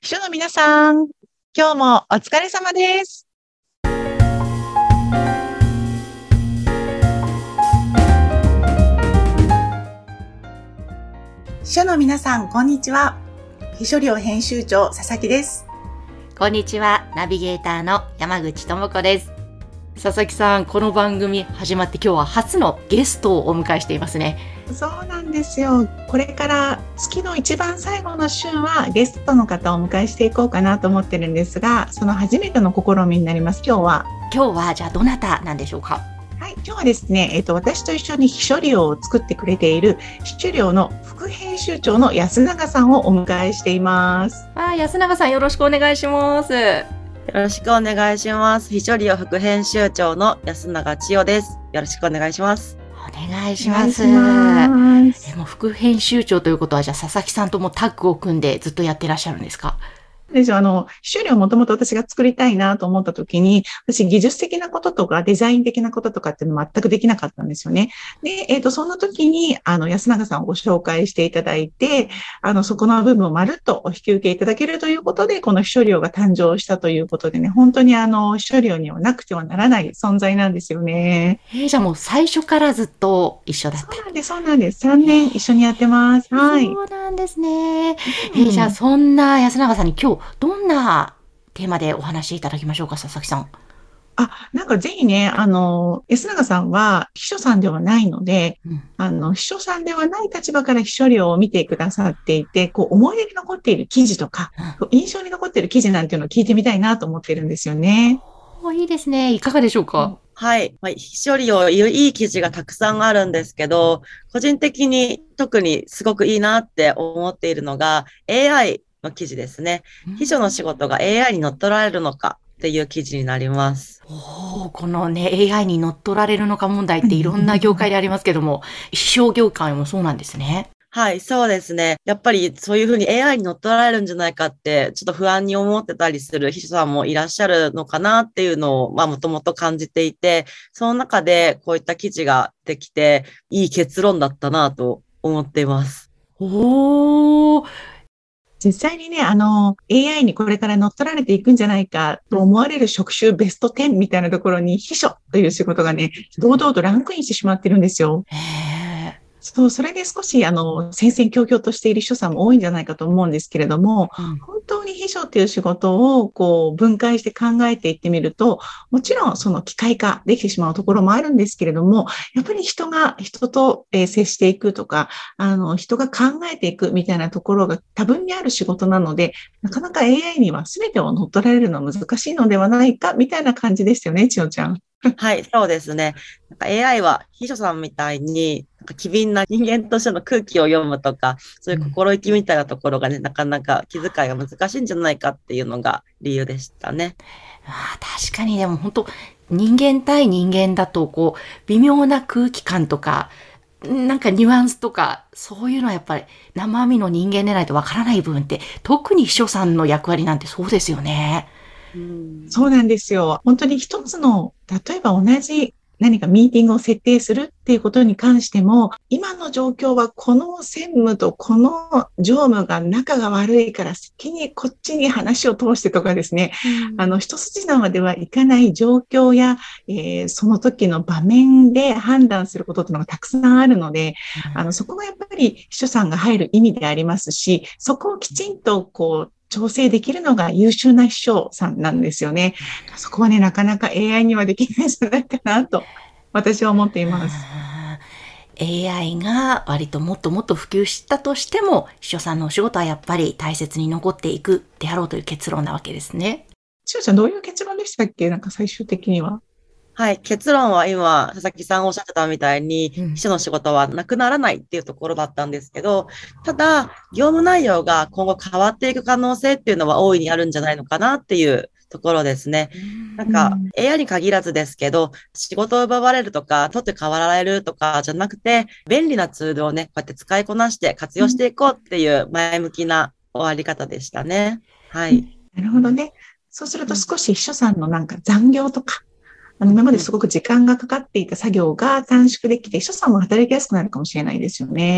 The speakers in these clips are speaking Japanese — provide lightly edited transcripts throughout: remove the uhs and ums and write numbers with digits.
秘書の皆さん、今日もお疲れ様です。秘書の皆さん、こんにちは。秘書寮編集長、佐々木です。 こんにちは、ナビゲーターの山口智子です。佐々木さん、この番組始まって今日は初のゲストをお迎えしていますね。 そうなんですよ。これから月の一番最後の週はゲストの方をお迎えしていこうかなと思ってるんですが、その初めての試みになります。今日はじゃあどなたなんでしょうか？ はい、今日はですね、私と一緒に秘書寮を作ってくれている秘書寮の副編集長の安永さんをお迎えしています。 安永さん、よろしくお願いします。 よろしくお願いします。秘書寮副編集長の安永千代です。よろしくお願いします。 お願いします。でも副編集長ということは、じゃあ佐々木さんともタッグを組んでずっとやってらっしゃるんですか？ ですよ。秘書寮をもともと私が作りたいなと思った時に、私技術的なこととかデザイン的なこととかっていうの全くできなかったんですよね。で、そんな時に、安永さんをご紹介していただいて、そこの部分をまるっとお引き受けいただけるということで、この秘書寮が誕生したということでね、本当に秘書寮にはなくてはならない存在なんですよね。 じゃあもう最初からずっと一緒だった。 そうなんです。3年一緒にやってます。はい。 そうなんですね。じゃあそんな安永さんに今日どんなテーマでお話しいただきましょうか、佐々木さん。 なんかぜひね、安永さんは秘書さんではないので、秘書さんではない立場から秘書寮を見てくださっていて、思い出に残っている記事とか、印象に残っている記事なんていうのを聞いてみたいなと思ってるんですよね。 いいですね。いかがでしょうか？ はい。秘書寮、いい記事がたくさんあるんですけど、個人的に特にすごくいいなって思っているのが AI の記事ですね。秘書の仕事が AI に乗っ取られるのかっていう記事になります。 このね、AI に乗っ取られるのか問題っていろんな業界でありますけども、秘書業界もそうなんですね。 はい、そうですね。やっぱりそういうふうに AI に乗っ取られるんじゃないかって、ちょっと不安に思ってたりする秘書さんもいらっしゃるのかなっていうのを、もともと感じていて、その中でこういった記事ができて、いい結論だったなと思っています。 実際にね、AI にこれから乗っ取られていくんじゃないかと思われる職種ベスト10みたいなところに秘書という仕事がね、堂々とランクインしてしまってるんですよ。そう、それで少し、戦々恐々としている秘書さんも多いんじゃないかと思うんですけれども、本当に秘書っていう仕事を、分解して考えていってみると、もちろん、その機械化できてしまうところもあるんですけれども、やっぱり人と接していくとか、人が考えていくみたいなところが多分にある仕事なので、なかなか AI には全てを乗っ取られるのは難しいのではないか、みたいな感じですよね、千代ちゃん。 はい、そうですね。AI は秘書さんみたいに、機敏な人間としての空気を読むとか、そういう心意気みたいなところがね、なかなか気遣いが難しいんじゃないかっていうのが理由でしたね。 確かにでも本当、人間対人間だと、微妙な空気感とか、なんかニュアンスとか、そういうのはやっぱり生身の人間でないとわからない部分って、特に秘書さんの役割なんてそうですよね。 そうなんですよ。本当に一つの、例えば同じ何かミーティングを設定するっていうことに関しても、今の状況はこの専務とこの常務が仲が悪いから先にこっちに話を通してとかですね、一筋縄ではいかない状況や、その時の場面で判断することっていうのがたくさんあるので、そこがやっぱり秘書さんが入る意味でありますし、そこをきちんと調整できるのが優秀な秘書さんなんですよね。そこはね、なかなか AI にはできないんじゃないかなと、私は思っています。 AI が割ともっともっと普及したとしても、秘書さんのお仕事はやっぱり大切に残っていくであろうという結論なわけですね。 千代ちゃん、どういう結論でしたっけ？なんか最終的には。 はい。結論は今、佐々木さんおっしゃってたみたいに、秘書の仕事はなくならないっていうところだったんですけど、ただ、業務内容が今後変わっていく可能性っていうのは大いにあるんじゃないのかなっていうところですね。なんか、AI に限らずですけど、仕事を奪われるとか、取って代わられるとかじゃなくて、便利なツールをね、こうやって使いこなして活用していこうっていう前向きな終わり方でしたね。はい。 なるほどね。そうすると少し秘書さんのなんか残業とか、今まですごく時間がかかっていた作業が短縮できて、秘書さんも働きやすくなるかもしれないですよね。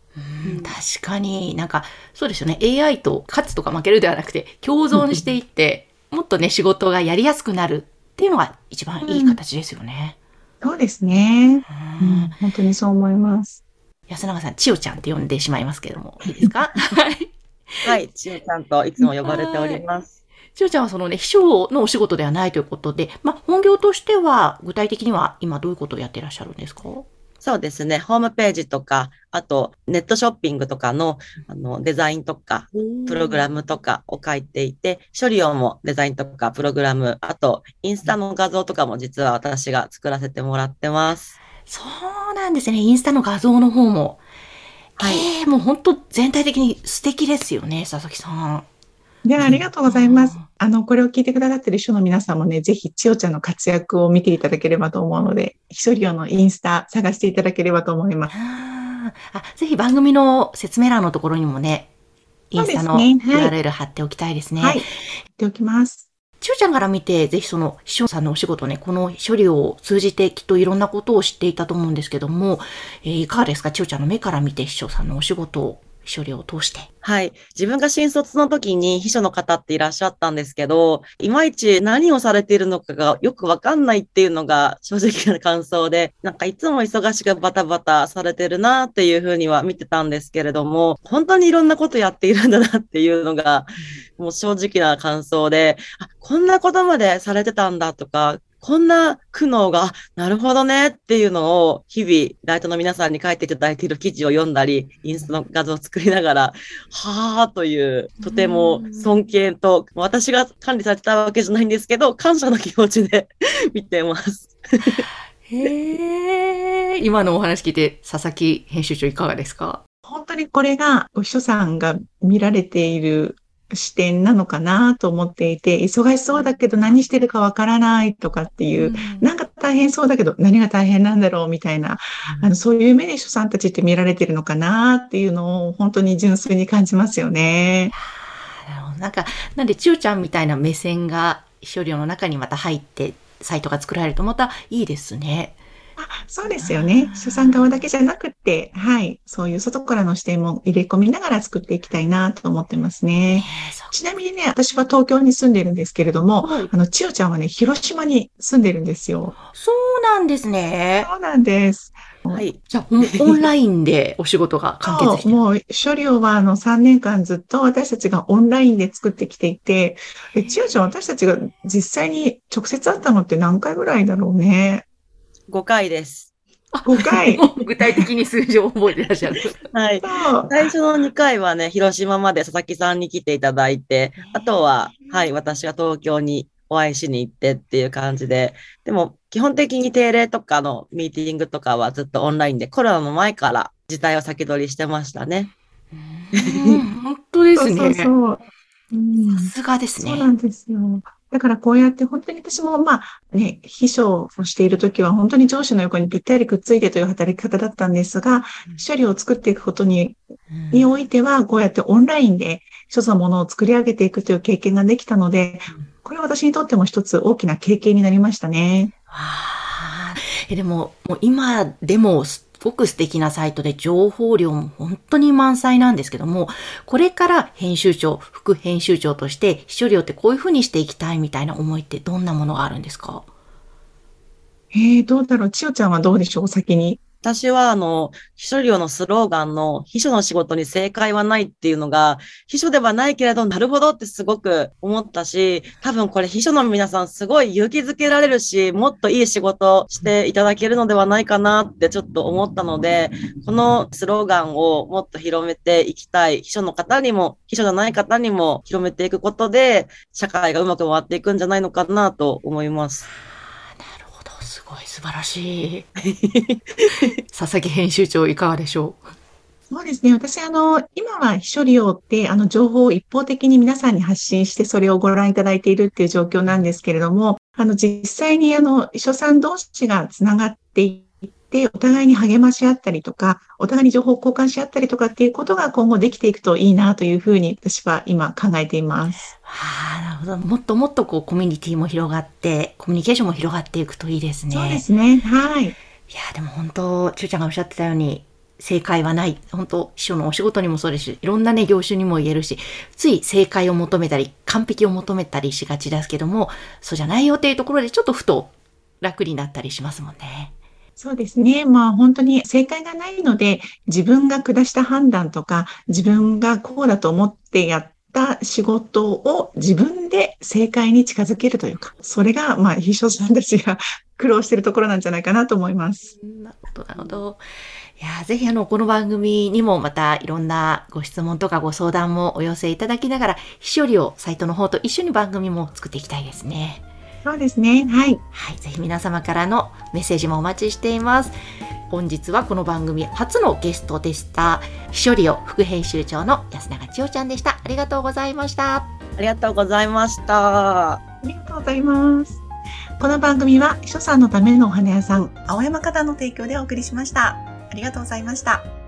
確かになんかそうですよね。AI と勝つとか負けるではなくて共存していってもっとね仕事がやりやすくなるっていうのが一番いい形ですよね。 そうですね。本当にそう思います。 安永さん、千代ちゃんって呼んでしまいますけれども、いいですか？はい。 はい、千代ちゃんといつも呼ばれております。 千代ちゃんはそのね、秘書のお仕事ではないということで、本業としては、具体的には今どういうことをやっていらっしゃるんですか？ そうですね。ホームページとか、あとネットショッピングとかの、デザインとか、プログラムとかを書いていて、処理用もデザインとかプログラム、あとインスタの画像とかも実は私が作らせてもらってます。 そうなんですね。インスタの画像の方も。はい。もう本当全体的に素敵ですよね、佐々木さん。 ありがとうございます。これを聞いてくださっている秘書の皆さんもね、ぜひ千代ちゃんの活躍を見ていただければと思うので、秘書寮のインスタ探していただければと思います。 ぜひ番組の説明欄のところにもね、インスタの URL 貼っておきたいですね。 はい。貼っておきます。 千代ちゃんから見て、ぜひその秘書さんのお仕事ね、この処理を通じてきっといろんなことを知っていたと思うんですけども、いかがですか？千代ちゃんの目から見て秘書さんのお仕事を処理を通して。 はい。自分が新卒の時に秘書の方っていらっしゃったんですけど、いまいち何をされているのかがよくわかんないっていうのが正直な感想で、なんかいつも忙しくバタバタされてるなっていうふうには見てたんですけれども、本当にいろんなことやっているんだなっていうのが、もう正直な感想で、こんなことまでされてたんだとか、こんな苦悩が、なるほどねっていうのを日々、ライトの皆さんに書いていただいている記事を読んだり、インスタの画像を作りながら、はぁという、とても尊敬と、私が管理されてたわけじゃないんですけど、感謝の気持ちで見てます。 今のお話聞いて、佐々木編集長いかがですか？ 本当にこれが、お秘書さんが見られている視点なのかなと思っていて、忙しそうだけど何してるかわからないとかっていう、なんか大変そうだけど何が大変なんだろうみたいな、そういう目で秘書さんたちって見られてるのかなっていうのを本当に純粋に感じますよね。 なんで千代ちゃんみたいな目線が秘書寮の中にまた入ってサイトが作られるとまたいいですね。 そうですよね。秘書さん側だけじゃなくって、はい、そういう外からの視点も入れ込みながら作っていきたいなと思ってますね。ちなみにね、私は東京に住んでるんですけれども、千代ちゃんはね、広島に住んでるんですよ。 そうなんですね。 そうなんです。 はい。 じゃあ、オンラインでお仕事が完結してる。 もう、処理をは3年間ずっと私たちがオンラインで作ってきていて、千代ちゃん私たちが実際に直接会ったのって何回ぐらいだろうね。 5回です。 5回。 具体的に数字を覚えてらっしゃる。 はい。最初の2回はね、広島まで佐々木さんに来ていただいて、あとは、はい、私が東京にお会いしに行ってっていう感じで、でも基本的に定例とかのミーティングとかはずっとオンラインでコロナの前から事態を先取りしてましたね。 本当ですね。 そう。 さすがですね。 そうなんですよ。だからこうやって本当に私も秘書をしているときは本当に上司の横にぴったりくっついてという働き方だったんですが、処理を作っていくことにおいてはこうやってオンラインで一つのものを作り上げていくという経験ができたので、これは私にとっても一つ大きな経験になりましたね。 でも今でもすごく素敵なサイトで情報量も本当に満載なんですけども、これから編集長、副編集長として秘書寮ってこういうふうにしていきたいみたいな思いってどんなものがあるんですか？ どうだろう。千代ちゃんはどうでしょう、先に。 私は、秘書寮のスローガンの秘書の仕事に正解はないっていうのが、秘書ではないけれど、なるほどってすごく思ったし、多分これ秘書の皆さんすごい勇気づけられるし、もっといい仕事していただけるのではないかなってちょっと思ったので、このスローガンをもっと広めていきたい。秘書の方にも、秘書じゃない方にも広めていくことで、社会がうまく回っていくんじゃないのかなと思います。 すごい素晴らしい。佐々木編集長いかがでしょう？ そうですね。私、今は秘書利用って、情報を一方的に皆さんに発信して、それをご覧いただいているっていう状況なんですけれども、実際に、秘書さん同士がつながっていって、お互いに励まし合ったりとか、お互いに情報を交換し合ったりとかっていうことが今後できていくといいなというふうに、私は今考えています。 なるほど。もっともっとコミュニティも広がって、コミュニケーションも広がっていくといいですね。 そうですね。はい。 でも本当、ちゅうちゃんがおっしゃってたように、 正解はない。本当秘書のお仕事にもそうですし、いろんなね、業種にも言えるし、つい正解を求めたり、完璧を求めたりしがちですけども、そうじゃないよっていうところでちょっとふと楽になったりしますもんね。 そうですね。本当に正解がないので、自分が下した判断とか、自分がこうだと思ってやった仕事を自分で正解に近づけるというか、それが秘書さんたちが苦労しているところなんじゃないかなと思います。 なるほど、なるほど。いや、ぜひこの番組にもまたいろんなご質問とかご相談もお寄せいただきながら、秘書料サイトの方と一緒に番組も作っていきたいですね。 そうですね。はい。 はい。ぜひ皆様からのメッセージもお待ちしています。本日はこの番組初のゲストでした。秘書料副編集長の安永千代ちゃんでした。ありがとうございました。 ありがとうございました。 ありがとうございます。この番組は秘書さんのためのお花屋さん、青山花壇の提供でお送りしました。ありがとうございました。